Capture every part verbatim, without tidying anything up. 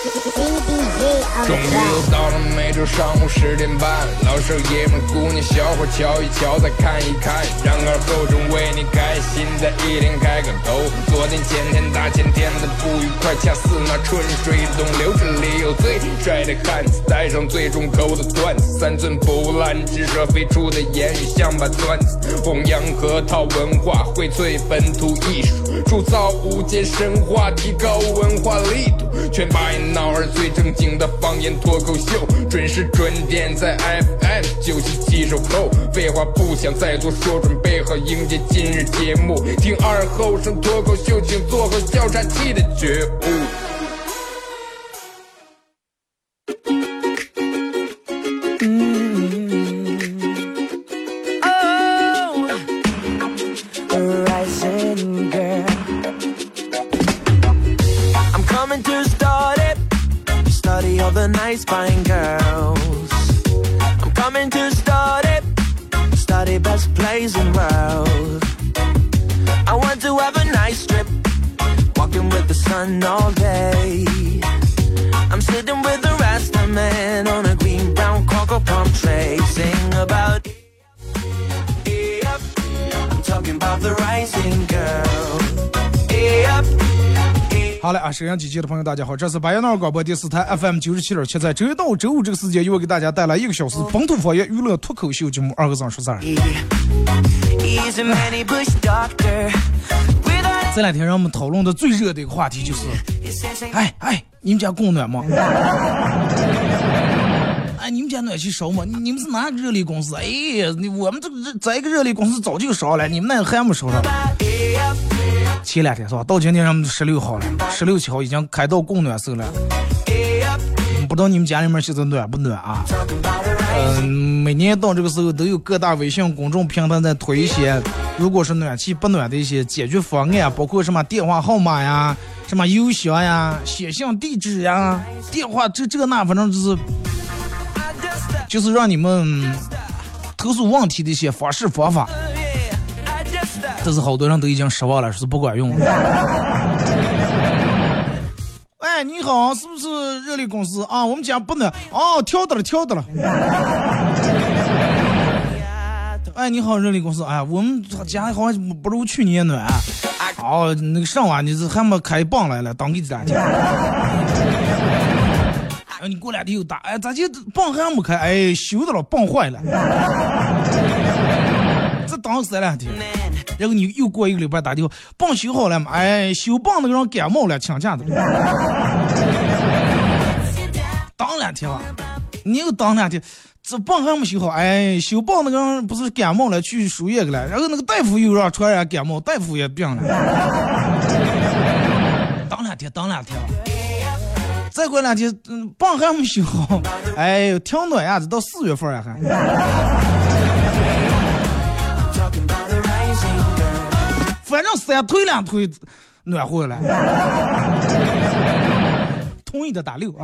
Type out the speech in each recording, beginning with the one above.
终于又到了每周上午十点半，老少爷们姑娘小伙瞧一瞧再看一看，然而后中为你开新的一天开个头。昨天前天大前天的不愉快，恰似那春水东流，这里有最帅的汉子带上最重口的段子，三寸不烂之舌飞出的言语像把钻子，弘扬河套文化荟萃本土艺术，铸造无间神话，提高文化力度，全把一闹儿最正经的方言脱口秀，准时准点在 F M 九十七收口。废话不想再多说，准备好迎接今日节目，听二后生脱口秀，请做好笑岔气的觉悟。 The nice fine girls, I'm coming to start it, study best plays in world. I want to have a nice trip, walking with the sun all day. I'm sitting with the Rasta man on a green brown cocoa palm tray, sing about hey up, I'm talking about the rising girl. Hey up. 好嘞啊！沈阳机器的朋友，大家好，这是白杨闹广播电视台 F M 九十七点七，在周一到周五这个时间，又会给大家带来一个小时本土方言娱乐脱口秀节目。二个张说事儿。这两天让我们讨论的最热的一个话题就是，哎哎，你们家供暖吗？哎，你们家暖气烧吗？你你们是哪个热力公司？哎，你我们这个在一个热力公司早就烧了，你们那还没烧上。前两天是吧？到今天咱们十六号了，十六七号已经开到供暖色了。不知道你们家里面现在暖不暖啊？嗯，每年到这个时候都有各大微信公众平台在推一些，如果是暖气不暖的一些解决方案，包括什么电话号码呀、什么邮箱呀、写信地址呀、电话这这个那，反正就是就是让你们投诉问题的一些方式方法。但是好多人都已经失望了，是不管用了。哎，你好，是不是热力公司啊？我们家不能哦，跳的了，跳的了。哎，你好，热力公司，哎，我们家好像不如去年暖。哦，那个上晚你这还没开棒来了，当给大家。哎，你过两天又打，哎，咋就棒还没开？哎，修的了，棒坏了。这当三两天。然后你又过一个礼拜打电话，棒修好了嘛？哎，修棒那个人感冒了，请假的。当两天吧，你又当两天，这棒还没修好，哎，修棒那个人不是感冒了，去输液去了，然后那个大夫又让传染感冒，大夫也病了。当两天，当两天，再过两天，嗯，棒还没修好，哎，挺暖呀，这到四月份了还。反正三推两推，暖和了。同意的打六啊。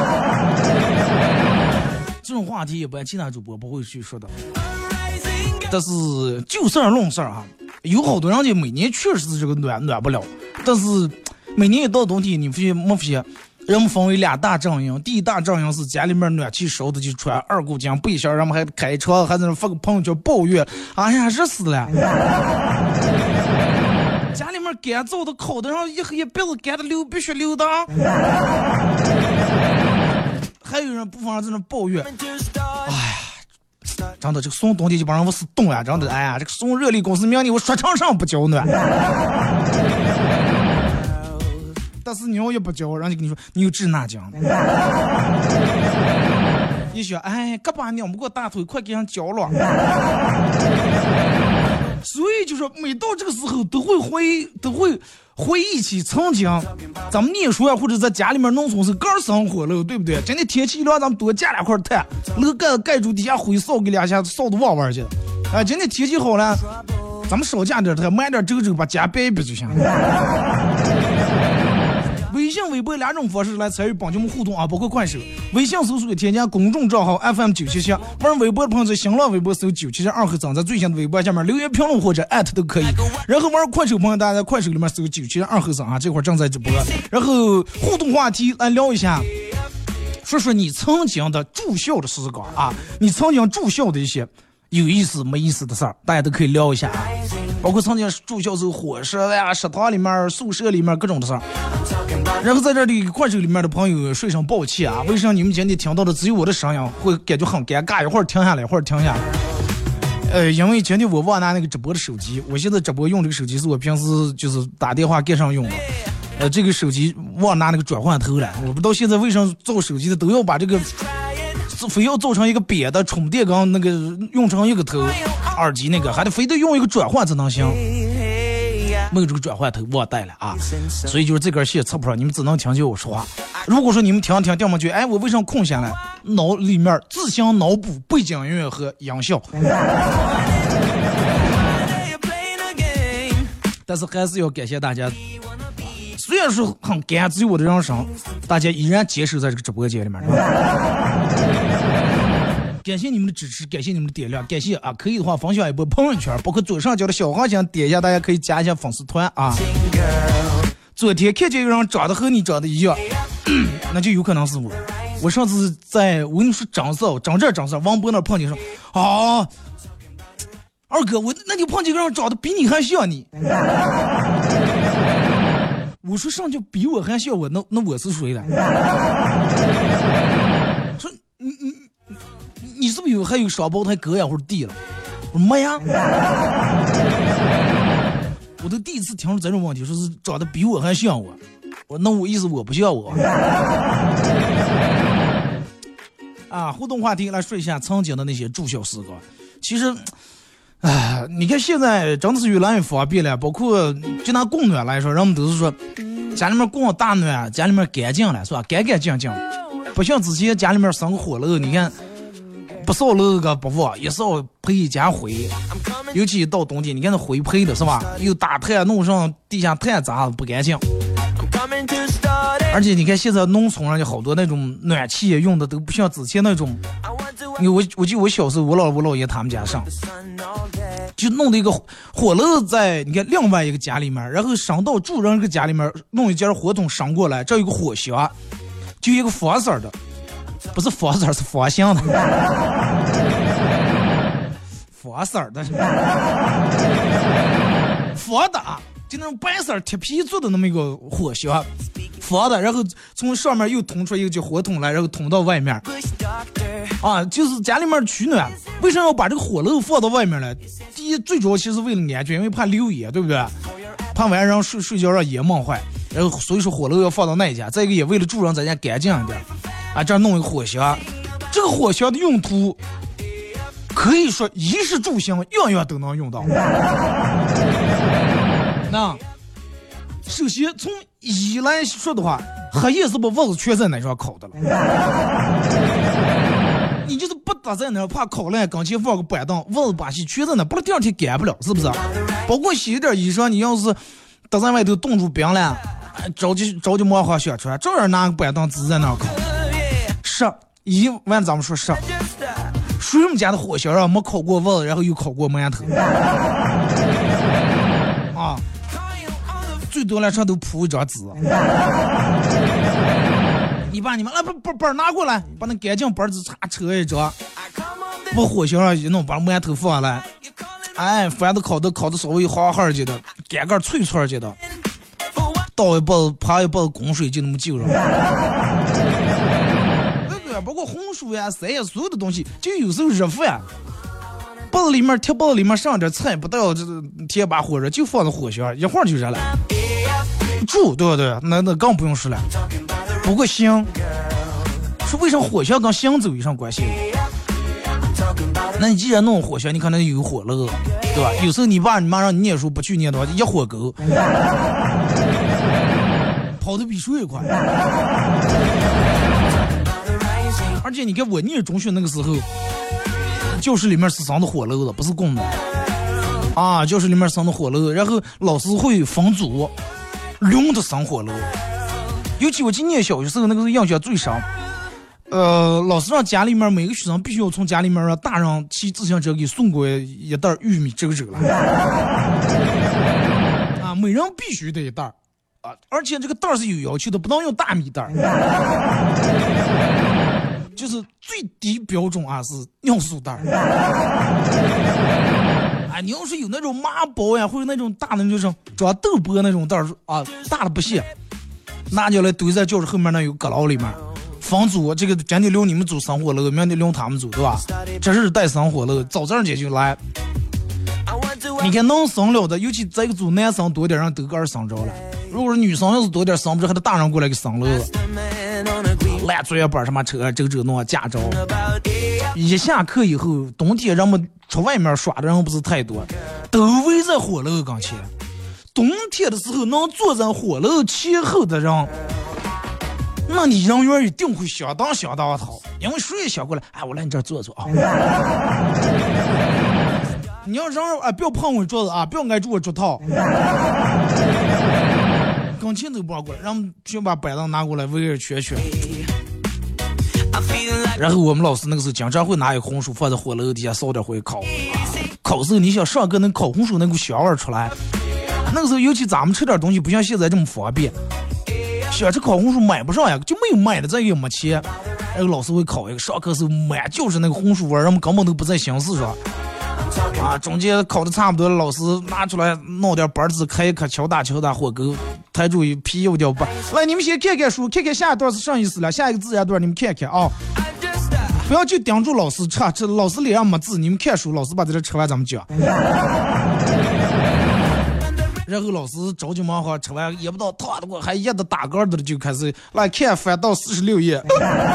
这种话题一般其他主播不会去说的，但是就事儿论事儿啊，有好多人家每年确实是这个暖暖不了，但是每年一到冬天，你发现没发现？人们分为俩大阵营，第一大阵营是家里面暖气烧的就穿二股浆背心，人们还开车还在那发个朋友圈抱怨，哎呀热死了。家里面干燥的烤的，然后一黑一鼻子干的流鼻血流的。还有人不妨在那抱怨，哎呀，真的这个送冬天就把人我死冻呀，真的，哎呀，这个送热力公司明年我说唱上不交暖。但是你要也不交，人家跟你说你有治那讲的。你说哎，干巴娘不过大腿，快给人交了。所以就说每到这个时候都会回都会回忆起曾经咱们念书啊，或者在家里面农村是刚生火了，对不对？今天天气一凉，咱们多架两块炭，那个盖盖住底下灰扫给两下，扫的旺旺去。哎，今天天气好了，咱们少架点炭，买点粥粥把家掰一掰就行。 微信、微博两种方式来参与帮节目互动啊，包括快手。微信搜索添加公众账号 F M 九七七，玩微博的朋友在新浪微博搜九七七二和尚，在最新的微博下面留言评论或者艾特都可以。然后玩快手朋友，大家在快手里面搜九七七二和尚啊，这会儿正在直播。然后互动话题来聊一下，说说你曾经的住校的时光啊，你曾经住校的一些有意思没意思的事儿，大家都可以聊一下啊。包括曾经住校时候伙食呀、食堂里面、宿舍里面各种的事儿。然后在这里快手里面的朋友说声抱歉啊，为什么你们今天听到的只有我的声音，会感觉很尴尬，一会儿停下来，一会儿停下来。呃，因为今天我忘拿那个直播的手机，我现在直播用这个手机是我平时就是打电话给上用的。呃，这个手机忘拿那个转换头了，我不知道现在为什么造手机的都要把这个非要做成一个瘪的充电缸，那个用成一个头耳机那个，还得非得用一个转换才能行。没有这个转换头忘带了啊，所以就是这根线测不上，你们只能听见我说话。如果说你们听听掉进去，哎，我为什么空下来？脑里面自行脑补背景音乐和音效。但是还是要感谢大家，虽然说很感激我的人生，大家依然坚守在这个直播间里面。感谢你们的支持，感谢你们的点亮，感谢啊！可以的话分享一波朋友圈，包括左上角的小黄箱点一下，大家可以加一下粉丝团啊。昨天看见一个人长得和你长得一样，那就有可能是我。我上次在我跟你说长色，长这长色，王博那碰见说啊，二哥，我那就碰见一个人长得比你还像你。我说上就比我还像我，那那我是谁了？说你你。你是不是有还有双胞胎哥呀或者弟了？我说没呀，我都第一次听说这种问题，说是长得比我还像我。我说那我意思我不像我。啊，互动话题来说一下曾经的那些住校时光。其实，哎，你看现在真的是越来越方便了，包括就拿供暖来说，人们都是说家里面供大暖，家里面干净了是吧？干干净净，不像之前家里面生火了，你看。不烧那个不放，一烧喷一家灰，尤其到冬天，你看那灰喷的是吧？又打炭弄上地下炭渣不干净。而且你看现在农村上有好多那种暖气用的都不像之前那种。我我记得我小时候，我姥我姥爷他们家上，就弄的一个火炉在你看另外一个家里面，然后上到住人这个家里面弄一节火筒上过来，这有一个火箱，就一个方色的。不是方色，是方形的，方色的，方的啊，就那种白色铁皮做的那么一个火箱，方的，然后从上面又通出一个叫火筒来，然后通到外面，啊，就是家里面取暖。为什么要把这个火炉放到外面呢？第一，最主要其实为了安全，因为怕流野，对不对？怕晚上睡睡觉让野梦坏，然后所以说火炉要放到那一家。再一个也为了住人在家干净一点。啊，这儿弄一个火箱，这个火箱的用途可以说衣食住行样样都能用到。那首先从衣来说的话，黑夜是把袜子全在那上烤的了。你就是不打在那怕烤烂，刚前放个板凳，袜子把戏全在那，不然第二天干不了，是不是？包括洗一点衣裳，你要是打在外头冻住冰了，着急着急忙慌想出来，照样拿个板凳支在那烤。是，一万咱们说是，谁们家的火箱啊没烤过袜子，然后又烤过馒头啊，最多来上都铺一张纸。你把你们来把把板拿过来，把那干净板纸擦扯一张，把火箱上一弄，把馒头放下来，哎，反正烤的烤的稍微好好些的，干个脆脆些的，倒一包爬一包滚水就那么就上。包括红薯呀、菜呀，所有的东西，就有时候热乎呀，包子里面贴包子里面上点菜，不到这贴把火热，就放在火箱，一会儿就热了。煮对不对？那那更不用说了。不过行，说为什么火箱跟行走有上关系？那你既然弄火箱，你可能有火了，对吧？有时候你爸你妈让你念书不去念的话，一火狗，跑得比水快。而且你看我念中学那个时候，教室里面是生的火炉的，不是供的啊，教室里面生的火炉，然后老师会分组轮着生火炉， 尤其我今年小学时候那个是印象最深。呃，老师让家里面每个学生必须要从家里面让大人骑自行车给送过一袋玉米粥粥了。啊，每人必须得一袋啊，而且这个袋是有要求的，不能用大米袋。就是最低标准啊是尿素袋。啊，你要是有那种麻包呀，或者那种大的就是装豆包那种袋啊，大的不行，拿进来堆在教室后面那有阁楼里面。房租这个今天留你们组生活了，明天留他们组，对吧？这是带生活了，早上姐就来。你看能生了的，尤其这个组男生多点，让都个儿生着了。如果是女生要是多点生不着，还得大人过来给生了。烂作业本什么车，这个这个弄驾照。一下课以后，冬天人们出外面耍的人不是太多，都围在火炉跟前。冬天的时候，能坐在火炉前后的人。那你人缘一定会相当相当好，因为谁也想过来，哎，我来你这儿坐坐啊。你要让哎，不要碰我桌子啊，不要挨住我桌套。跟前都不让过来，让就把板凳拿过来围着圈圈。然后我们老师那个时候经常会拿一个红薯放在火炉底下烧点回烤。烤时候你想上课那烤红薯那股香味出来，那个时候尤其咱们吃点东西不像现在这么方便。想吃烤红薯买不上呀，就没有卖的，再也没钱。那个老师会烤一个，上课时候买就是那个红薯味，人们根本都不在形式上。啊，中间烤的差不多了，老师拿出来弄点板子，开一颗敲打敲打火钩，台主一皮又掉把。来，你们先看看书，看看下一段是什么意思了，下一个自然段你们看看啊、哦，不要就盯住老师吃，这老师脸上没字，你们看书，老师把这吃完咱们讲。然后老师着急忙慌，吃完也不知道他的过，还一的打嗝的就开始来看翻到四十六页。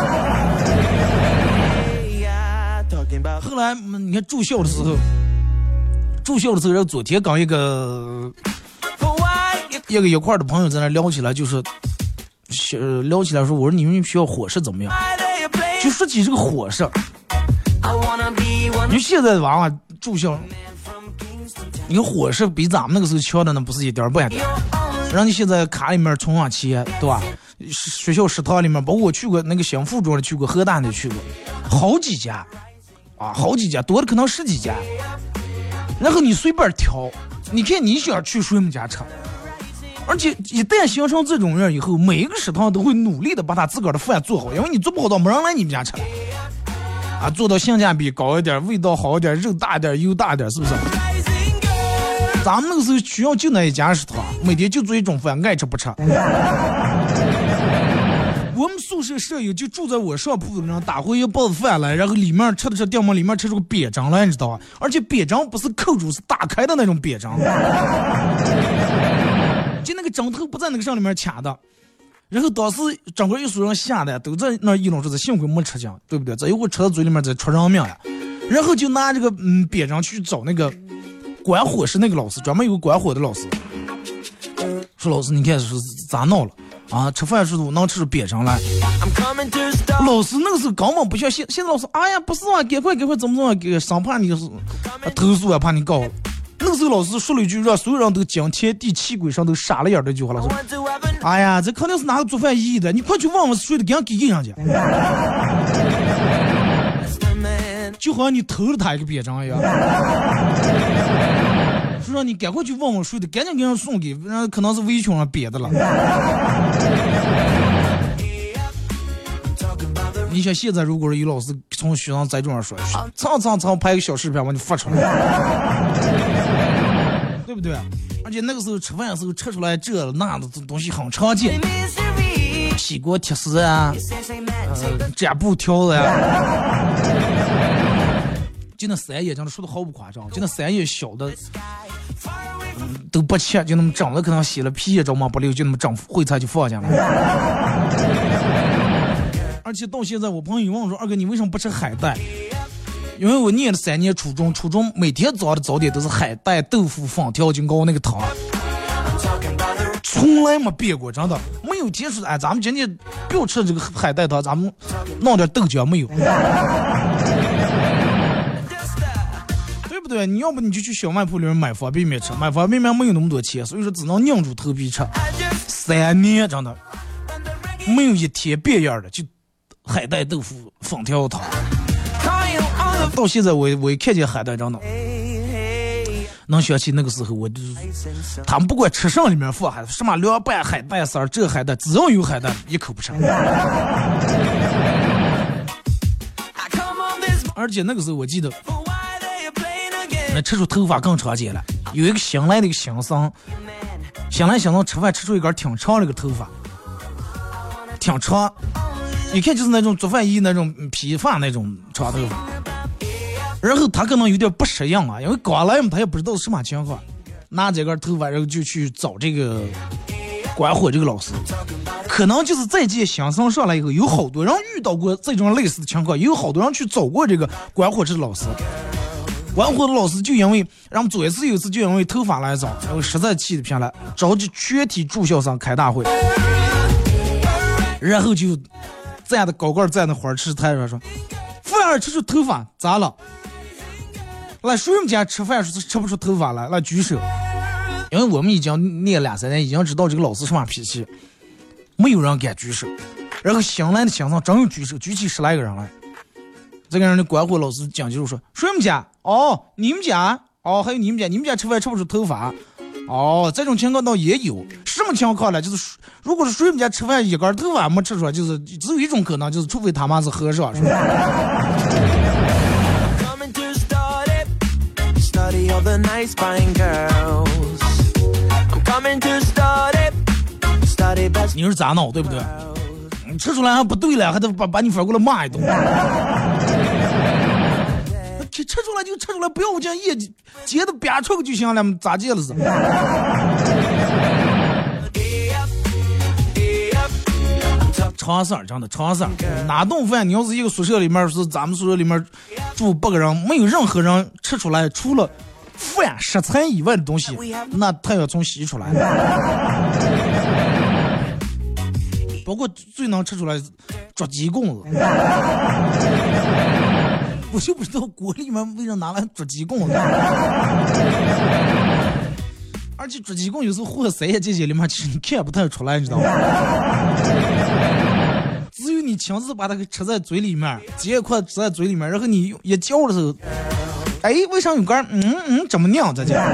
后来你看住校的时候，住校的时候，然后昨天刚一个一个一块的朋友在那聊起来，就是聊起来说，我说你们学校伙食怎么样？就说起这个伙食，你说现在的娃娃住校。你看伙食比咱们那个时候强的那不是一点半点，让你现在卡里面充上钱，对吧？学校食堂里面，包括我去过那个新附中的去过，河南的去过，好几家啊，好几家，多的可能十几家。然后你随便挑，你看你想去谁们家吃，而且一旦形成这种人以后，每一个食堂都会努力的把他自个儿的饭做好，因为你做不好到没人来你们家吃了啊，做到性价比高一点，味道好一点，肉大一点，油大一点，是不是？咱们那个时候学校就那一家食堂，每天就做一种饭，爱吃不吃。我们宿舍舍友就住在我上铺的人打回一包子饭来，然后里面吃的吃掉嘛，里面吃出个瘪章来，你知道吧？而且瘪章不是扣住，是打开的那种瘪章，就那个章头不在那个上里面卡的。然后当时整个一所人吓得都在那议论说，幸亏没吃酱，对不对？这一会儿吃到嘴里面再出人命呀。然后就拿这个嗯瘪章去找那个管伙食那个老师，专门有个管伙的老师，说老师你看是咋闹了啊？吃饭时候能吃出瘪章来。老师那个时候根本不像现现在老师，哎呀不是啊，赶快赶快怎么怎么给生怕你是投诉啊，怕你告了。那个时候老师说了一句让所有人都惊天地泣鬼神都傻了眼的一句话，老师哎呀这肯定是拿个做饭意义的，你快去问问谁的，给人给给上去。就好像你偷了他一个瘪章一样，说让你赶快去问问谁的，赶紧给人送给，可能是围裙上瘪的了。你想现在如果是有老师从学生在这上说，蹭蹭蹭拍个小视频把你发出来，对不对？而且那个时候吃饭的时候吃出来这那的东西很常见，洗锅贴丝啊，呃，粘布条子呀。就那三叶，真的说的毫不夸张，就那三叶小的，嗯，都不切，就那么整了，可能洗了皮也着嘛不溜，就那么整烩菜就放进来。而且到现在，我朋友问我说：“二哥，你为什么不吃海带？”因为我念了三年初中，初中每天早上的早点都是海带、豆腐、粉条、金糕那个汤，从来没变过，真的没有接触。哎，咱们今天不要吃这个海带汤，咱们弄点豆浆没有。对，你要不你就去小卖铺里面买方便面吃，买方便面没有那么多钱，所以说只能硬住头皮吃。三年真的， 没有一天变样的，就海带豆腐粉条汤。到现在我我一看见海带真的能想起那个时候，我就他们不管吃上里面放海什么凉拌海带丝儿，这海带只要有海带一口不剩。而且那个时候我记得那吃出头发更常见了，有一个新来的一个新生，新来新生吃饭吃出一根挺长的一个头发，挺长，一看就是那种做饭衣那种披发那种长头发。然后他可能有点不适应啊，因为刚来嘛，他也不知道什么情况，拿这根头发然后就去找这个管火这个老师。可能就是在这新生上来以后，有好多人遇到过这种类似的情况，有好多人去找过这个管火这个老师。管火的老师就因为然后左一次有一次就因为头发来找，然后实在气的不行了，召集全体住校生开大会，然后就站的高高站的花池台上说：“服务员吃出头发咋了？来，谁们家吃饭是吃不出头发来？来举手。”因为我们已经念两三年，已经知道这个老师什么脾气，没有人敢举手。然后新来的新生真有举手，举起十来个人来。这个人的管火老师讲究说：“谁们家？哦，你们家？哦，还有你们家，你们家吃饭吃不出头发？哦，这种情况倒也有。什么情况呢？就是如果是谁们家吃饭一根头发没吃出来，就是只有一种可能，就是除非他妈是和尚。”是吧你是咋闹对不对？你吃出来还不对了，还得把把你反过来骂一顿。吃吃出来就吃出来，不要我这样业绩结的瘪出就行了，咋接了是？长事儿，真的长事儿。哪顿饭你要是一个宿舍里面是咱们宿舍里面住八个人，没有任何人吃出来除了饭食材以外的东西，那他要从洗出来。包括最能吃出来抓鸡公子，我就不知道锅里面为啥拿来抓鸡公子。而且抓鸡公有时候和塞下这些里面，其实你看不太出来，你知道吗？只有你亲自把它给吃在嘴里面，结一块吃在嘴里面，然后你一嚼的时候，哎，为啥有根嗯嗯怎么酿这家？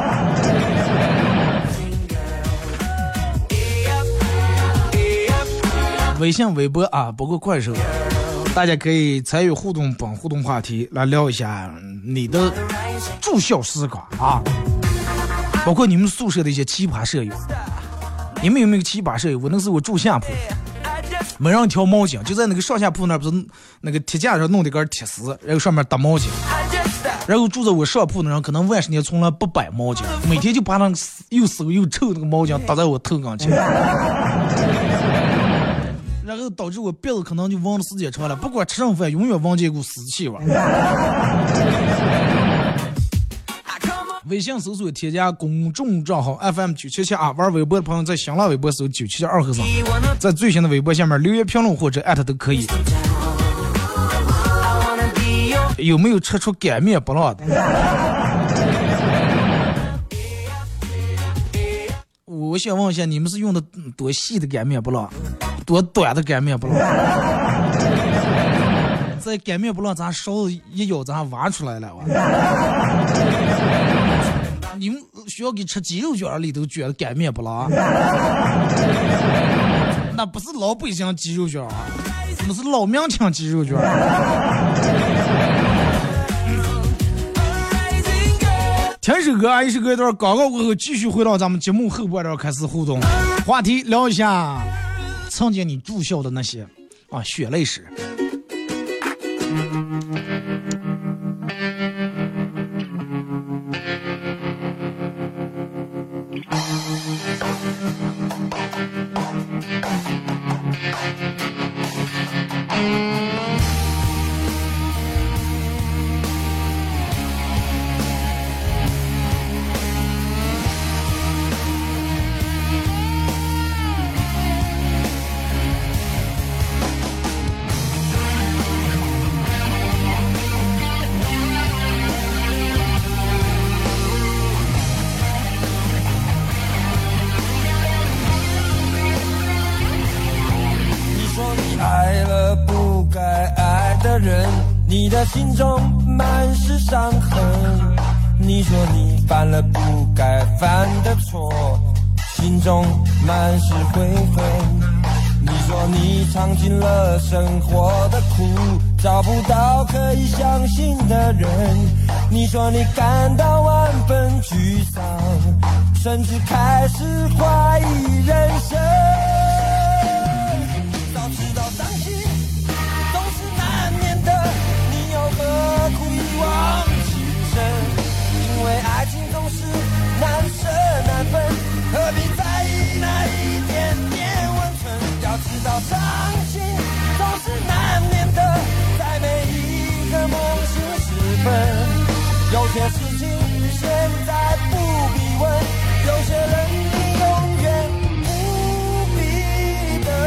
微信、微博啊，包括快手，大家可以参与互动本互动话题，来聊一下你的住校时光啊，包括你们宿舍的一些奇葩舍友。你们有没有奇葩舍友？我那时候我住下铺，没让挑毛巾，就在那个上下铺那不是那个铁架上弄的根铁丝，然后上面搭毛巾。然后住在我上铺的人可能万十年从来不摆毛巾，每天就把那个又馊又臭那个毛巾搭在我头上去。然后导致我鼻子可能就闻的时间长了，不管吃上饭永远闻见一股死气味。微信搜索添加公众账号 F M 九七七啊，玩微博的朋友在新浪微博搜九七七二和尚，在最新的微博下面留言评论或者艾特都可以。有没有吃出擀面不辣的？我想问一下，你们是用的多细的擀面不辣，多短的擀面不辣？在擀面不辣咱勺子一咬咱挖出来了哇！你们需要给吃鸡肉卷里头卷的擀面不辣？那不是老北京鸡肉卷啊，那是老明清鸡肉卷。听首歌啊，一首歌一段广告过后，继续回到咱们节目后半段开始互动，话题聊一下曾经你住校的那些啊血泪史。 的人，你的心中满是伤痕。你说你犯了不该犯的错，心中满是悔恨。你说你尝尽了生活的苦，找不到可以相信的人。你说你感到万分沮丧，甚至开始怀疑人生。早知道伤心总是难免的，你又何苦一往情深？因为爱情总是难舍难分，何必在意那一点点温存？要知道伤心总是难免的，在每一个梦醒时分。有些事情现在不必问，有些人你永远不必等。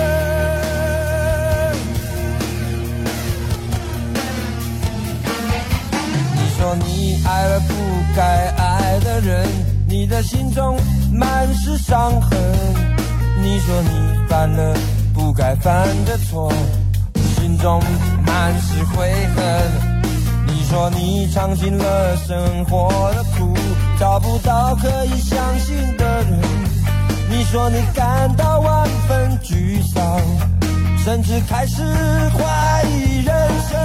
你说你爱了不该爱的人，你的心中满是伤痕。你说你犯了不该犯的错，心中满是悔恨。你说你尝尽了生活的苦，找不到可以相信的人。你说你感到万分沮丧，甚至开始怀疑人生。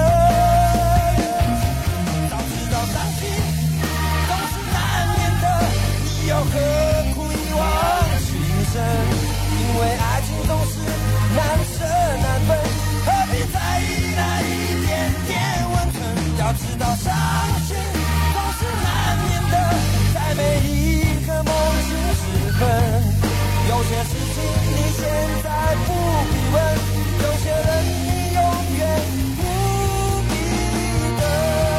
早知道伤心总是难免的，你又何苦一往情深？因为爱情总是难舍难分，何必在意那一点点温存？要知道伤心总是难免的，在每一个梦醒时分。有些事情你现在不必问，有些人你永远不必等。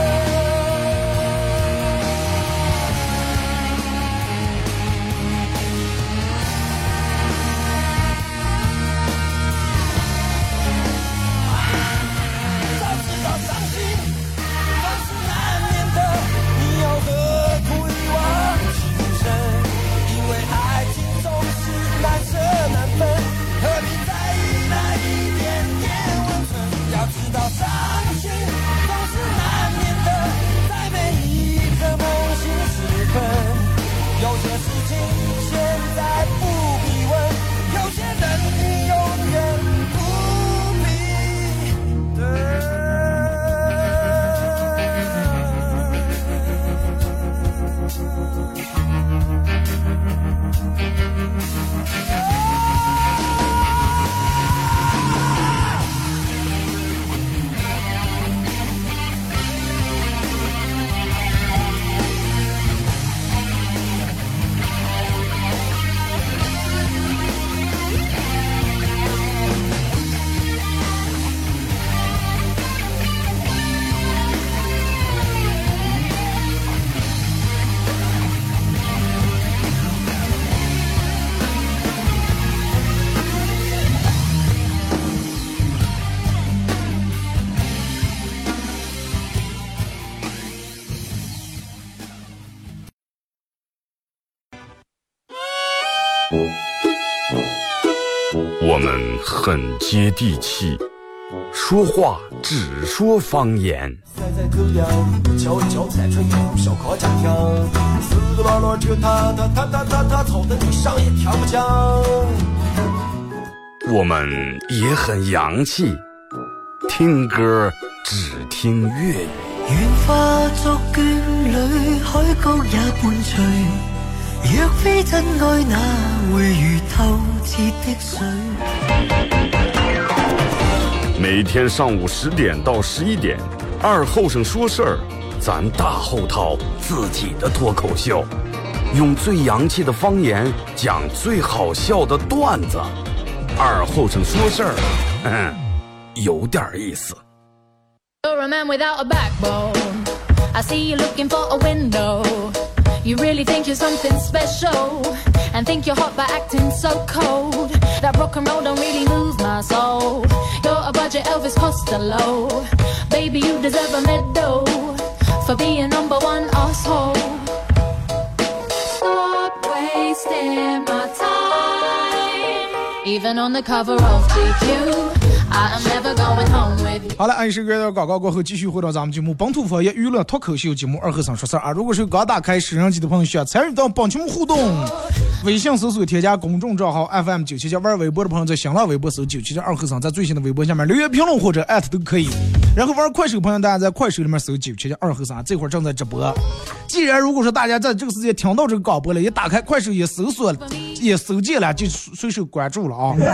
早知道伤心总是难免的，你又何苦一往情深？因为爱情总是难舍难分，何必在意那一点点温存？要知道伤心总是难免的，在每一个梦醒时分。有些事情现在不必问，有些人你永远不必等。 我们很接地气，说话只说方言。 塞在口粮，敲一敲菜春油，烧烤酱条，四个老罗车他他他他他他吵得你上也跳不响。 我们也很洋气，听歌只听粤语。 願化作眷侶，海角也伴隨。若非真愛，哪會如透徹的水？ 每天上午十點到十一點，二後生說事兒，咱大後套自己的脫口秀，用最洋氣的方言講最好笑的段子。二後生說事兒，嗯，有點意思。 You're a man without a backbone. I see you looking for a window. You really think you're something special, and think you're hot by acting so cold. That rock and roll don't really move my soul. You're a budget Elvis Costello. Baby, you deserve a medal for being number one asshole. Stop wasting my time. Even on the cover of G Q, I am never going home with you. 好了，按时约到广告过后，继续回到咱们节目《本土方言娱乐脱口秀》节目二和尚说事儿啊。如果是刚打开摄像机的朋友，需要参与到本节目互动，微信搜索添加公众账号 F M 九七七，玩微博的朋友在新浪微博搜九七七二和尚，在最新的微博下面留言评论或者艾特都可以。然后玩快手的朋友，大家在快手里面搜九七七二和尚，这会儿正在直播。既然如果说大家在这个时间听到这个广播了，也打开快手也搜索也搜见了，就随手关注了啊。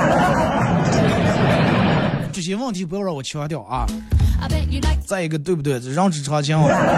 这些问题不要让我强调啊。再一个，对不对？人之常情。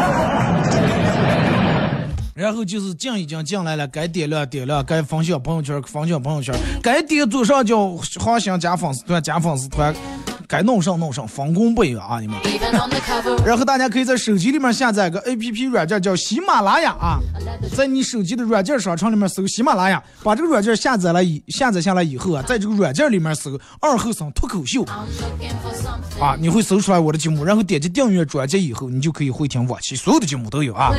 然后就是进已经进来了，该点亮点亮，该分享朋友圈分享朋友圈，该点左上角好想加粉丝团加粉丝团，该弄上弄上，分工不一样啊你们。然后大家可以在手机里面下载个 A P P 软件叫喜马拉雅啊，在你手机的软件商城里面搜喜马拉雅，把这个软件下载了以下载下来以后啊，在这个软件里面搜二后生脱口秀啊，你会搜出来我的节目，然后点击订阅专辑以后，你就可以回听往期所有的节目都有啊。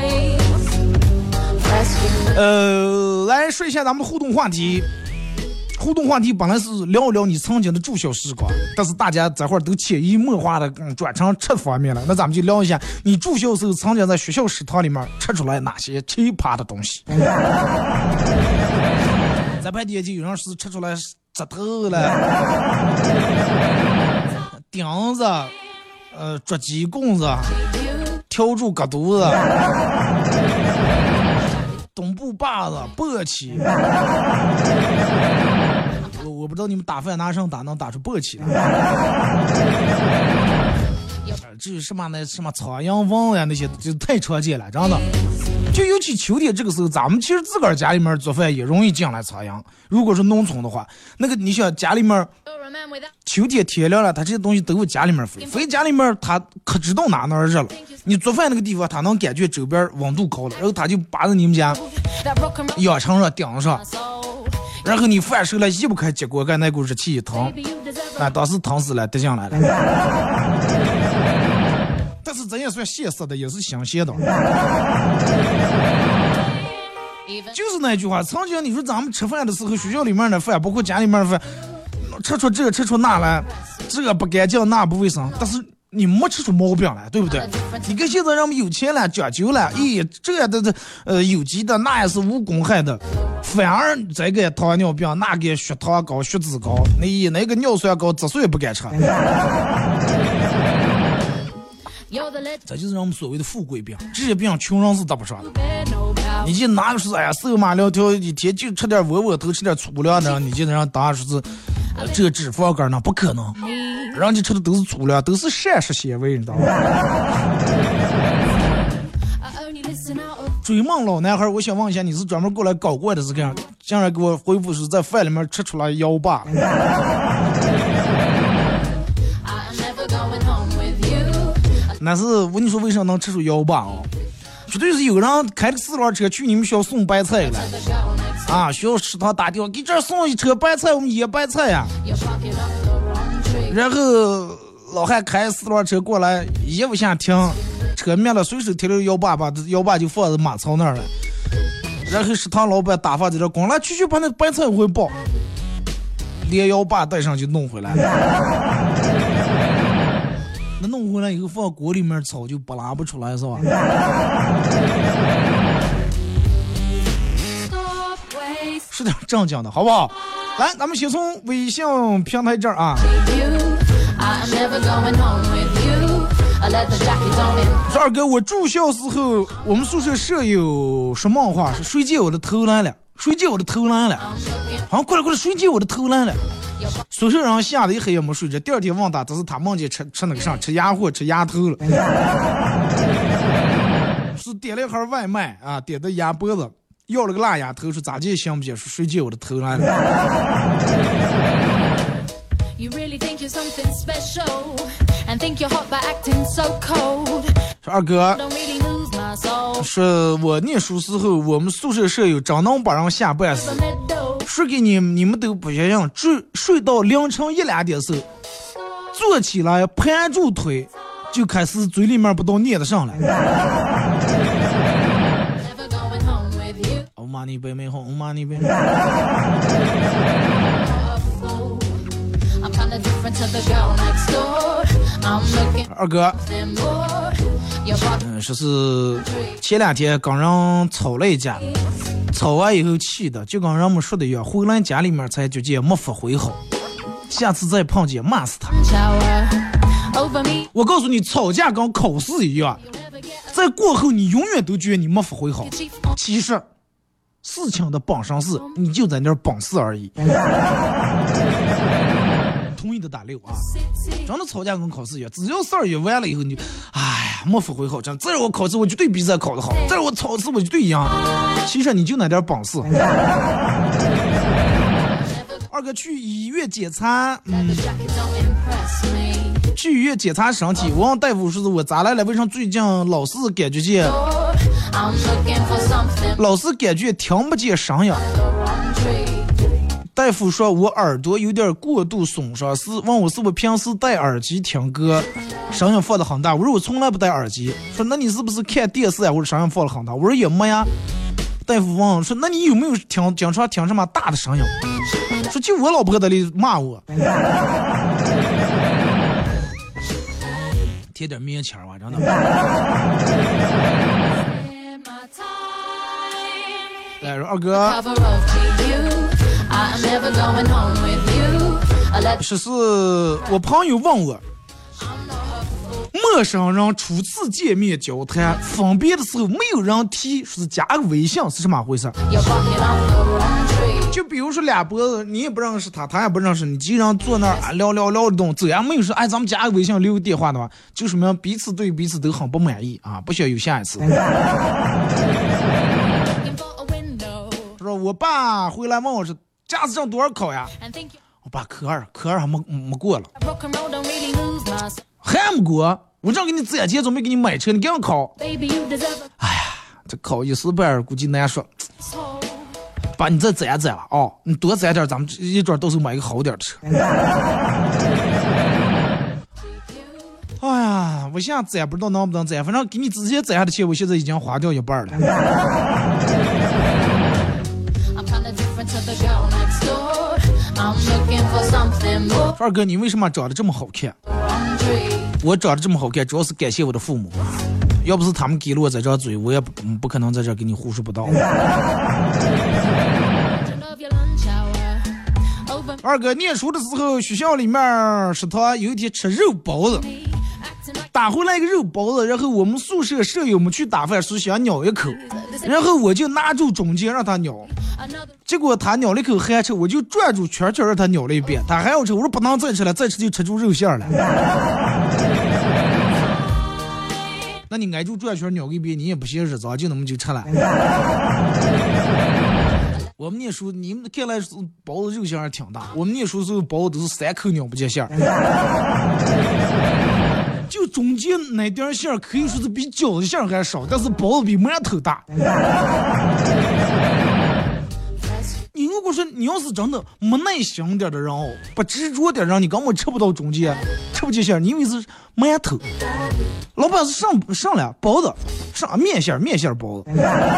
呃，来说一下咱们的互动话题。互动话题本来是聊一聊你曾经的住校时光，但是大家这会儿都潜移默化的、嗯、转成吃方面了。那咱们就聊一下你住校时候曾经在学校食堂里面吃出来哪些奇葩的东西。在排第一集有人是吃出来指头了、钉子、呃捉鸡棍子、挑住割肚子。东部把子、簸箕，我我不知道你们打饭拿上打能打出簸箕来。至于什么那什么苍蝇蚊呀那些，就太常见了，真的。就尤其秋天这个时候，咱们其实自个儿家里面做饭也容易进来苍蝇。如果是农村的话，那个你想家里面秋天天凉了，它这些东西都往家里面飞，飞家里面它可知道哪哪热了。你做饭那个地方，它能感觉周边温度高了，然后它就扒着你们家养成上顶上，然后你饭熟了移不开结果盖，那股热气一腾，啊，当时疼死了，得进来了。但是咱也算现实的，也是新鲜的。就是那句话，曾经你说咱们吃饭的时候，学校里面的饭，包括家里面的饭，吃出这吃出那来，这个不干净，那不卫生，但是你没吃出毛病来，对不对？你跟现在人们有钱了，讲究了，咦，这样的的呃有机的，那也是无公害的，反而这个糖尿病，那个血糖高、血脂高，那那个尿酸高，紫水也不敢吃。这就是人们所谓的富贵病，这些病穷人是得不上的。你就拿个说，哎呀，瘦马条条，一天就吃点窝窝头，吃点粗粮的，你就能让大家说是，呃，这脂肪肝呢？不可能，人家吃的都是粗粮，都是膳食纤维，你知道吗？追梦老男孩，我想问一下，你是专门过来搞怪的是这样？竟然给我回复是在饭里面吃出来腰霸。那是我跟你说为啥能吃出腰霸哦？绝对是有人开个四轮车去你们学校送白菜了啊！学校食堂打电话给这儿送一车白菜，我们也白菜呀、啊。然后老汉开四轮车过来，一不下停，车灭了，随手提了腰霸，把腰霸就放在马槽那儿了。然后食堂老板打发在这光来去去把那白菜回报，连腰霸带上就弄回来了。那弄回来以后放锅里面炒就不拉不出来是吧？是点正经的好不好？来，咱们先从微信平台这儿啊。说二哥，我住校时候，我们宿舍舍友说梦话，是谁借我的头来了？谁借我的头来了？好像过来过来，谁借我的头来了？宿舍人吓得一黑也没睡着，第二天问他，这是他梦见吃吃那个啥，吃鸭货，吃鸭头了。是点了一盒外卖啊，点的鸭脖子，要了个辣鸭头，说咋借行不行？说谁借我的头来了说二哥，说我念书时候，我们宿舍舍友真能把人吓半死。说给你你们都不一样，睡睡到凌晨一两点时候，坐起来盘住腿，就开始嘴里面不都念得上来。欧玛尼贝美红，欧玛尼贝。 二哥，嗯，说是前两天跟人吵了一架，吵完以后气的就跟人们说的一样，回来家里面才觉得没法回好，下次再碰见骂死他。我告诉你，吵架跟考试一样，在过后你永远都觉得你没法回好，其实事情的本身是你就在那儿本事而已。同意的打六啊！真的吵架跟考试一样，只要事儿一完了以后，你哎呀没法回好，真再让我考试我绝对比赛考得好，再让我考试我绝对赢。其实你就那点本事。二哥去医院检查，嗯，去医院检查身体，我问大夫说是我咋来了？为什么最近老是感觉见，老是感觉听不见声音？大夫说我耳朵有点过度损伤，是问我是不是平时戴耳机听歌，声音放得很大。我说我从来不戴耳机。说那你是不是看电视呀？或者声音放得很大？我说也没呀。大夫问我说那你有没有听经常听什么大的声音？说就我老婆在里骂我，贴点面钱吧，真的。来说二哥。是是我朋友问我，陌生人初次见面交谈分别的时候没有人提说是加个微信是什么回事？就比如说俩脖子你也不认识他，他也不认识你，几人坐那儿、啊、聊聊聊的动，这样没有说哎咱们加个微信留个电话的话，就说明彼此对彼此都很不满意啊，不需要有下一次。说我爸回来问我是驾驶证多少考呀？我爸科二，科二还没没过了，还没过。我这样给你攒钱，准备给你买车，你给我考。哎呀，这考一时半估计难说。爸，你再攒攒了哦，你多攒点，咱们一准到时候买一个好点的车。哎呀，我现在攒不知道能不能攒，反正给你之前攒下的钱，我现在已经花掉一半了。二哥，你为什么长得这么好看？我长得这么好看，主要是感谢我的父母，要不是他们给了我这张嘴，我也 不,、嗯、不可能在这给你胡说八道。二哥念书的时候，学校里面食堂有一天吃肉包子，打回来一个肉包子，然后我们宿舍舍友们去打饭时想咬一口，然后我就拿住中间让他咬，结果他咬了一口还吃，我就转住圈圈让他咬了一遍，他还要吃，我说不能再吃了，再吃就吃出肉馅了。那你挨住转圈咬一遍，你也不嫌日子，就那么就吃了。我们念书，你们看来包子肉馅还挺大，我们念书的时候包子都是三口咬不见馅儿。就中间那点馅儿可以说是比饺子馅儿还少，但是包子比馒头大。你如果说你要是真的没耐心点的人哦，不执着点人，你根本吃不到中间，吃不见馅儿，你以为是馒头？老板是上上来包子，上面馅儿面馅儿包子。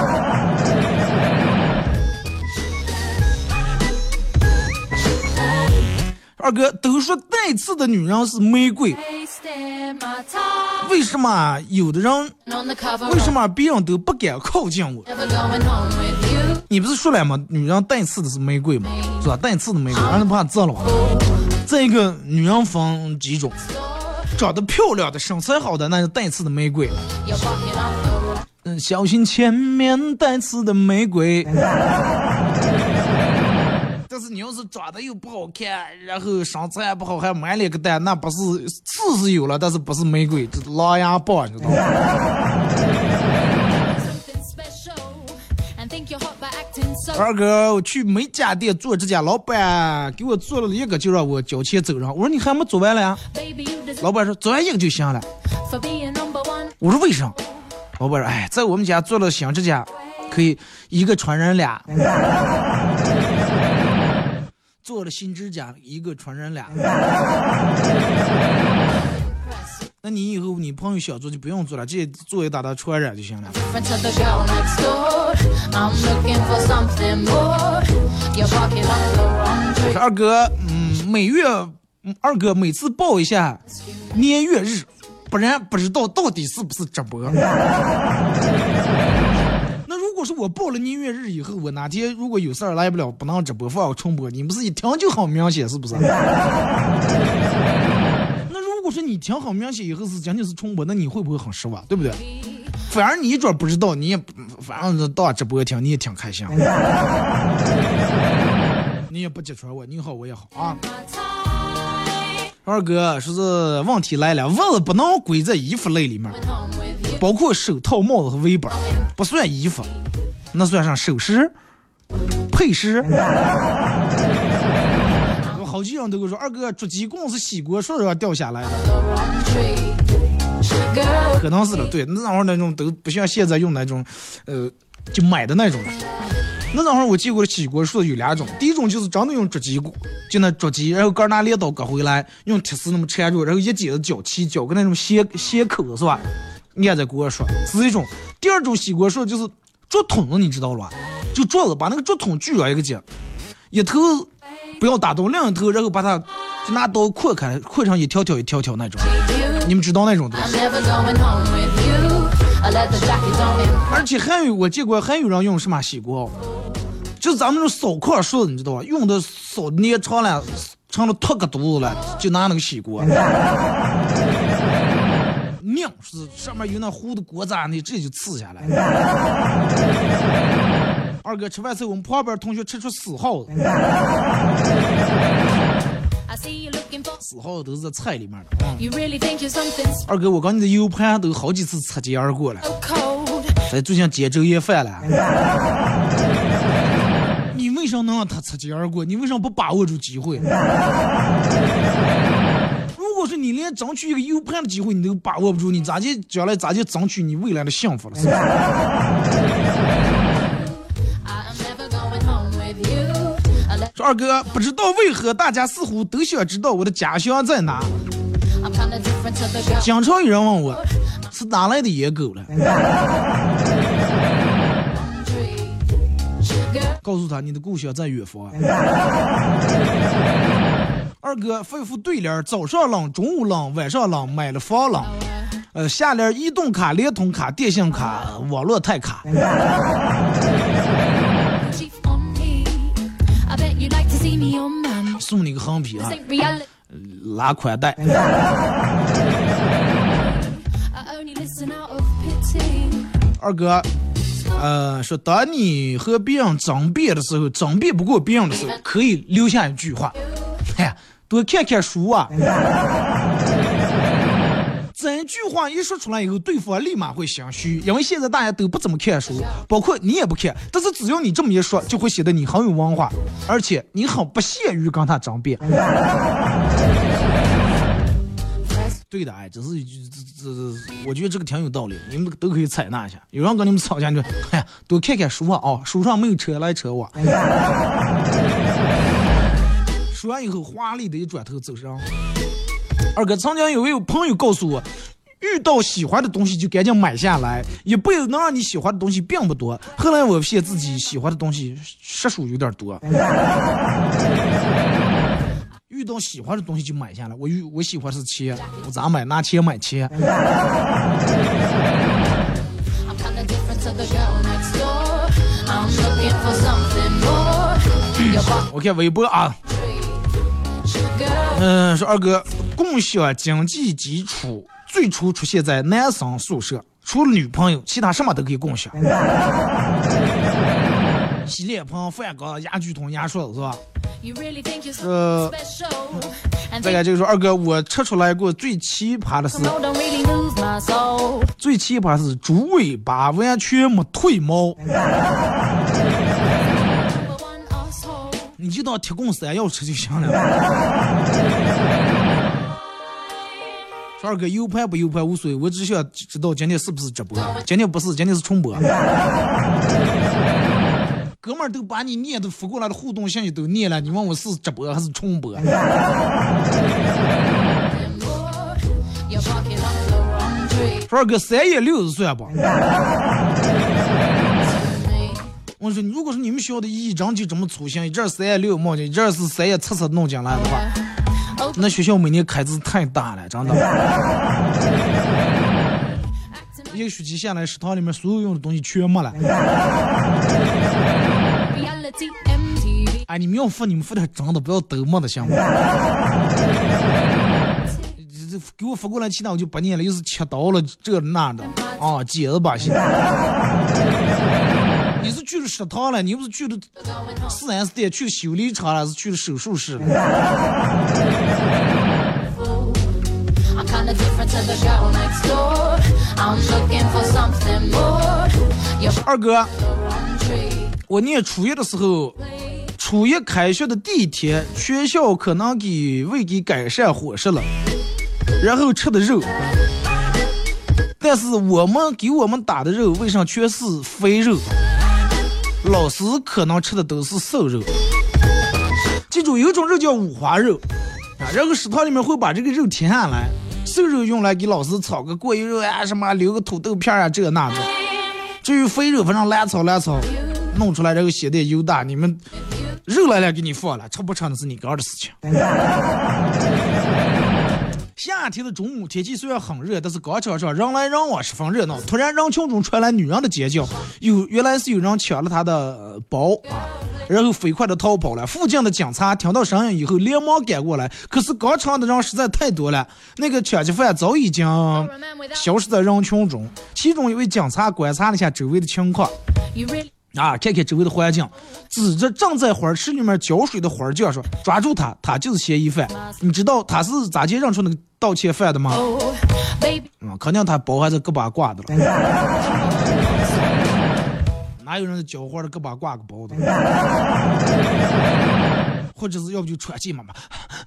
二哥都说带刺的女人是玫瑰，为什么有的人为什么别人都不敢靠近我？你不是说了吗？女人带刺的是玫瑰吗？是吧？带刺的玫瑰让人怕蛰了吧。再一个，女人分几种，长得漂亮的身材好的那是带刺的玫瑰，嗯，小心前面带刺的玫瑰。但是你要是长得又不好看，然后身材不好，还买了一个蛋，那不是刺是有了，但是不是玫瑰，这是狼牙棒，你知道吗？二哥，我去美甲店做指甲，老板给我做了一个就让我交钱走上，我说你还没做完了呀？老板说做完一个就行了。我说为啥？老板说哎，在我们家做了新指甲，可以一个传人俩。做了新指甲，一个传人俩。那你以后你朋友想做就不用做了，直接做一打打传染就行了。二哥，嗯，每月二哥每次报一下年月日，不不然不知道到底是不是直播。那如果是我报了音乐日以后，我哪天如果有事儿来不了，不能直播放重播，你们是一听就很明显，是不是？那如果说你听很明显以后是仅仅是重播，那你会不会很失望，对不对？反而你一准不知道，你也反正到直播听你也挺开心，你也不揭穿我，你好我也好啊。二哥说是问题来了，袜子不能归在衣服类里面，包括手套、帽子和围脖，不算衣服，那算上首饰、配饰。有好几人都跟我说，二哥捉鸡棍是洗锅树上掉下来的，可能是的，对，那会儿那种都不像现在用那种，呃，就买的那种。那会儿我见过的洗锅树有两种，第一种就是真的用捉鸡骨，就那捉鸡，然后搁拿镰刀割回来，用铁丝那么缠住，然后一节子绞起，绞个那种斜斜口是吧？按在锅上是一种。第二种洗锅树就是竹筒子，你知道了吧？就桌子把那个竹筒锯了一个节，一头不要打洞，另一头然后把它就拿刀扩开，扩成一条条一条条那种。你们知道那种的？而且还有我见过还有人用什么洗锅，就是咱们那种扫块树，你知道吧？用的扫捏长了，成了脱个肚子了，就拿那个洗锅。命是上面有那糊的锅渣，你这就刺下来。二哥吃饭时候，我们旁边同学吃出死耗子，死耗子都是在菜里面的。嗯、二哥，我刚你的 U 盘都好几次擦肩而过了，在最近接周夜饭了。你为什么能让他擦肩而过？你为什么不把握住机会？如果是你连争取一个 U 盘的机会你都把握不住，你咋就将来咋就争取你未来的幸福了？是不是？说二哥，不知道为何大家似乎都想知道我的家乡在哪。经常有人问我是哪来的野狗了，告诉他你的故乡在远方。二哥吩咐对联，早上冷，中午冷，晚上冷，买了房冷。呃，下联移动卡、联通卡、电信卡、网络泰卡。送你个横批啊，拉宽带。二哥，呃，说当你和别人争辩的时候，争辩不过别人的时候，可以留下一句话，哎呀，多看看书啊。这句话一说出来以后，对方立马会心虚，因为现在大家都不怎么看书，包括你也不看。但是只要你这么一说，就会显得你很有文化，而且你很不屑于跟他争辩。对的，哎，这是这这，我觉得这个挺有道理，你们都可以采纳一下。有人跟你们吵架就，哎呀，多看看书啊，哦，书上没有车来车往。说完以后，华丽的一转头走上。二哥，曾经有位朋友告诉我，遇到喜欢的东西就赶紧买下来，也不能让你喜欢的东西并不多。后来我发现自己喜欢的东西实属有点多。遇到喜欢的东西就买下来，我我喜欢是钱，我咋买？拿钱买钱。我看微博啊。嗯、呃，说二哥，共享经济基础最初出现在男生宿舍，除了女朋友，其他什么都可以共享。洗脸盆、饭缸、牙具桶、牙刷子是吧？呃，再来就是说二哥，我吃出来过最奇葩的是，最奇葩是猪尾巴完全没褪毛。你就当铁棍山药吃就行了。说二哥，U盘不 U盘无所谓，我只想知道今天是不是直播。今天不是，今天是重播。哥们儿都把你念的发过来的互动信息都念了，你问我是直播还是重播？说二哥，三爷六十岁吧。我说，如果是你们学校的一张就这么粗心，一阵三爷六毛钱，一阵是三爷七七弄进来的话， 那学校每年开支太大了，真的。一个学期下来，食堂里面所有用的东西全没了。哎，你们要付，你们付点真的，不要都没的，行吗？给我发过来，其他我就不念了，又是切刀了，这那的啊，解了吧行。你是去了食堂了，你又不是去了四 S 店，去修理厂了，是去了手术室了。二哥，我念初一的时候，初一开学的第一天，学校可能给为给改善伙食了，然后吃的肉，但是我们给我们打的肉为啥全是肥肉？老师可能吃的都是瘦肉。记住，有一种肉叫五花肉啊，然后食堂里面会把这个肉停下来，瘦肉用来给老师炒个过油肉啊，什么留个土豆片啊，这那的。至于肥肉，反正烂炒烂炒，弄出来然后写点油大，你们肉来了给你放了，吃不吃的是你个人的事情。夏天的中午，天气虽然很热，但是广场上人来人往，十分热闹。突然，人群中传来女人的尖叫，有原来是有人抢了她的包啊，然后飞快的逃跑了。附近的警察听到声音以后，连忙赶过来，可是广场的人实在太多了，那个抢劫犯早已经消失在人群中。其中一位警察观察了一下周围的情况。啊！看看周围的环境，指着正在花池里面浇水的花匠说：“抓住他，他就是嫌疑犯。你知道他是咋接认出那个盗窃犯的吗？”嗯，肯定他包还是胳膊挂的了。哪有人浇花的胳膊挂个包的？或者是要不就喘气嘛嘛。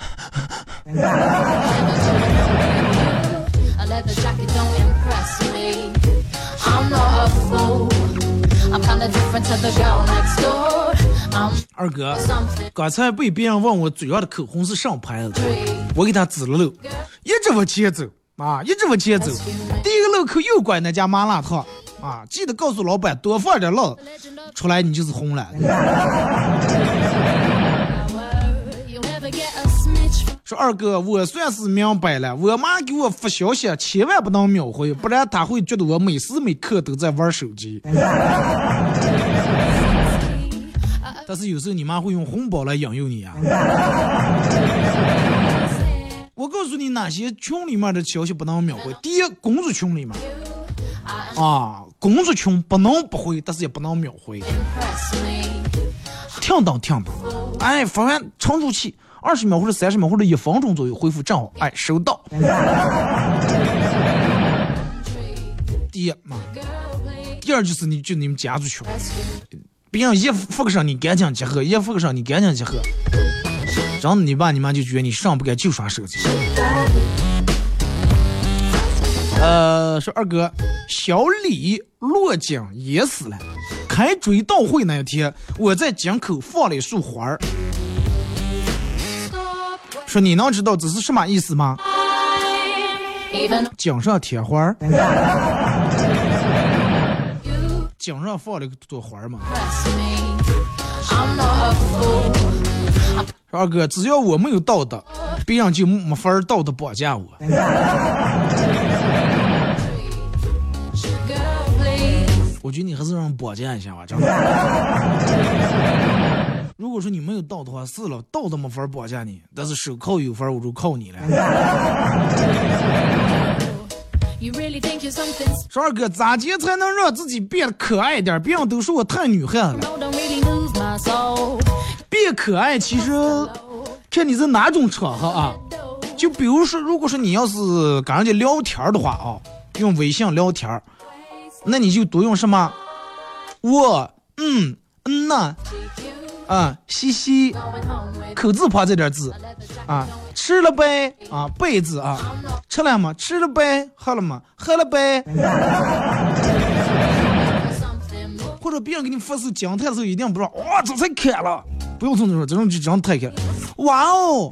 二哥，刚才被别人问我嘴上的口红是上牌子，我给他指了路，一直往前走啊，一直往前走。第一个路口右拐那家麻辣烫啊，记得告诉老板多放点辣，出来你就是红了。说二哥，我算是明白了，我妈给我发消息千万不能秒回，不然她会觉得我每时每刻都在玩手机。但是有时候你妈会用红包来引诱你啊。我告诉你哪些群里面的消息不能秒回。第一，工作群里面啊，工作群不能不回，但是也不能秒回。听懂听懂，哎，发完沉住气。二十秒或者三十秒或者一分钟左右回复账号，哎，收到。第一嘛，第二就是你就你们家族群，别人一发个上你赶紧集合，一发个上你赶紧集合，然后你爸你妈就觉得你上不该就刷手机。呃，说二哥，小李落井噎死了。开追悼会那一天，我在井口放了一束花儿。说你能知道这是什么意思吗？井上贴花儿，井上放了一朵花嘛。二哥，只要我没有道德，别人就没法儿道德绑架我。我觉得你还是让人绑架一下吧，真的。如果说你没有道的话，是了，道都没法绑架你，但是手铐有法，我就铐你了。说二哥，咋接才能让自己变得可爱一点？别人都说我太女汉了。变可爱其实看你在哪种场合啊。就比如说，如果说你要是跟人家聊天的话啊，用微信聊天，那你就多用什么我嗯嗯呐。啊，嘻嘻，口字旁这点字，啊，吃了呗，啊，贝字啊，吃了吗？吃了呗，喝了吗？喝了呗。或者别人给你发是讲台的时候，一定不知道，哇，这才开了，不用这么说，这种就这样太开，哇哦。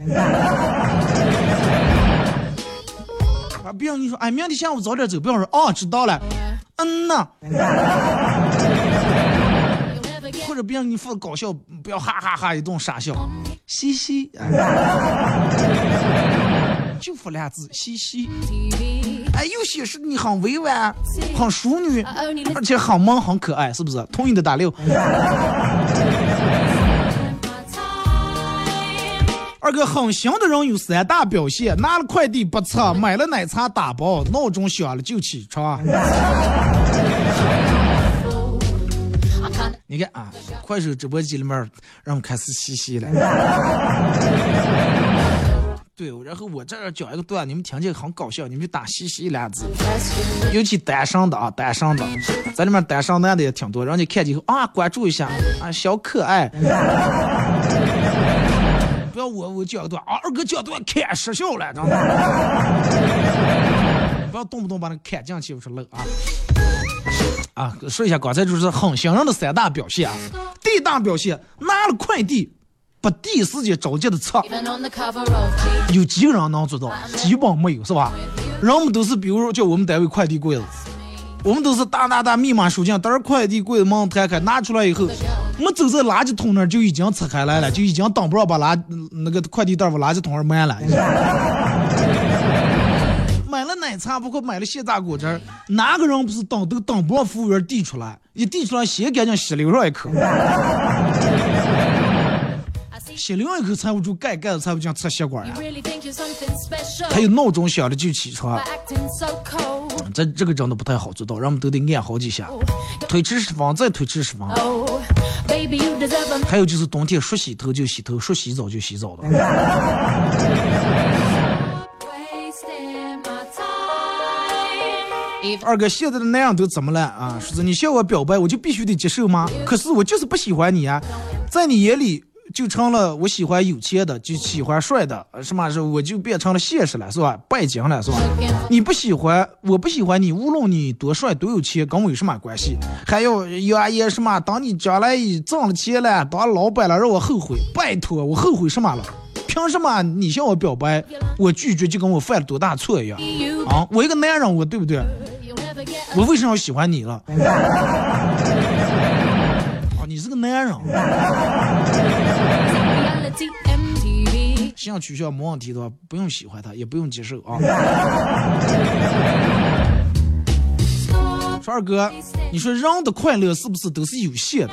啊，别人你说，哎，明天下午早点走，不要说，哦，知道了，嗯呐。 或者别人给你发搞笑，不要哈哈哈一顿傻笑，嘻嘻，就发俩字嘻嘻。哎，有些是你很委婉，很淑女，而且很萌很可爱，是不是？同意的打六。二哥，很行的人有三大表现：拿了快递不测，买了奶茶打包，闹钟响了就起床。你看啊，快手直播间里面让我们开始嘻嘻了。对，然后我这儿讲一个段，你们听见很搞笑，你们就打嘻嘻俩字。尤其单身的啊，单身的，在里面单身男的也挺多，让你看见以后啊，关注一下啊，小可爱。不要我我讲一段啊，二哥讲段看失效了，真的。不要动不动把那看进去，我说乐啊。啊，说一下刚才就是很行人的三大表现啊。第一大表现，拿了快递不第一时间着急的测，有几个人能做到？基本没有，是吧？人们都是比如说叫我们单位快递柜子，我们都是大大大密码输进，等着快递柜子门摊开拿出来以后，我们走在垃圾桶那儿就已经拆开来了，就已经等不着把垃那个快递袋往垃圾桶上满了。买了奶茶，包括买了现榨果汁，哪个人不是等都等不让服务员递出来？一递出来，先赶紧吸溜上一口，吸溜上一口才不住盖盖子，才不讲吃血管呀。还有闹钟响了就起床，这这个真的不太好做到，人们都得按好几下，推迟十分再推迟十分。还有就是冬天说洗头就洗头，说洗澡就洗澡的。二哥，现在的那样都怎么了啊？说是你向我表白，我就必须得接受吗？可是我就是不喜欢你啊，在你眼里就成了我喜欢有钱的，就喜欢帅的，什么是我就变成了现实了，是吧？拜金了，是吧？你不喜欢，我不喜欢你，无论你多帅多有钱，跟我有什么关系？还有呀也什么？当你将来挣了钱了，当老板了，让我后悔？拜托，我后悔什么了？凭什么你向我表白，我拒绝就跟我犯了多大错一样啊？我一个男人，我对不对？我为什么要喜欢你了？啊，你是个男人。想取消没问题的话，不用喜欢他，也不用接受啊。说二哥，你说人的快乐是不是都是有限的？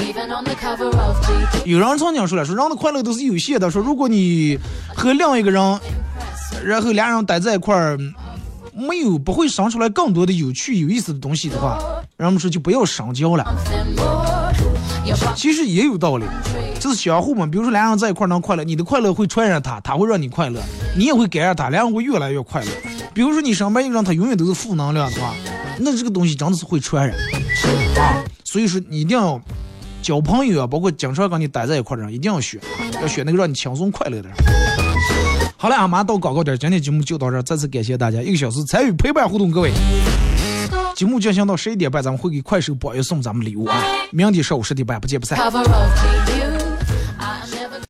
有人曾经说了，说人的快乐都是有限的。说如果你和另一个人，然后俩人待在一块儿，没有不会生出来更多的有趣有意思的东西的话，人们说就不要深交了。其实也有道理，这是相互嘛。比如说俩人在一块能快乐，你的快乐会传染他，他会让你快乐，你也会感染他，俩人会越来越快乐。比如说你身边一个人他永远都是负能量的话，那这个东西真的是会传染啊。所以说你一定要交朋友啊，包括经常跟你待在一块的人，一定要选，要选那个让你轻松快乐的人。好了，马上到广告点，今天节目就到这儿，再次感谢大家一个小时参与陪伴互动，各位。节目进行到十一点半，咱们会给快手宝爷送咱们礼物啊！明天上午十点半不见不散。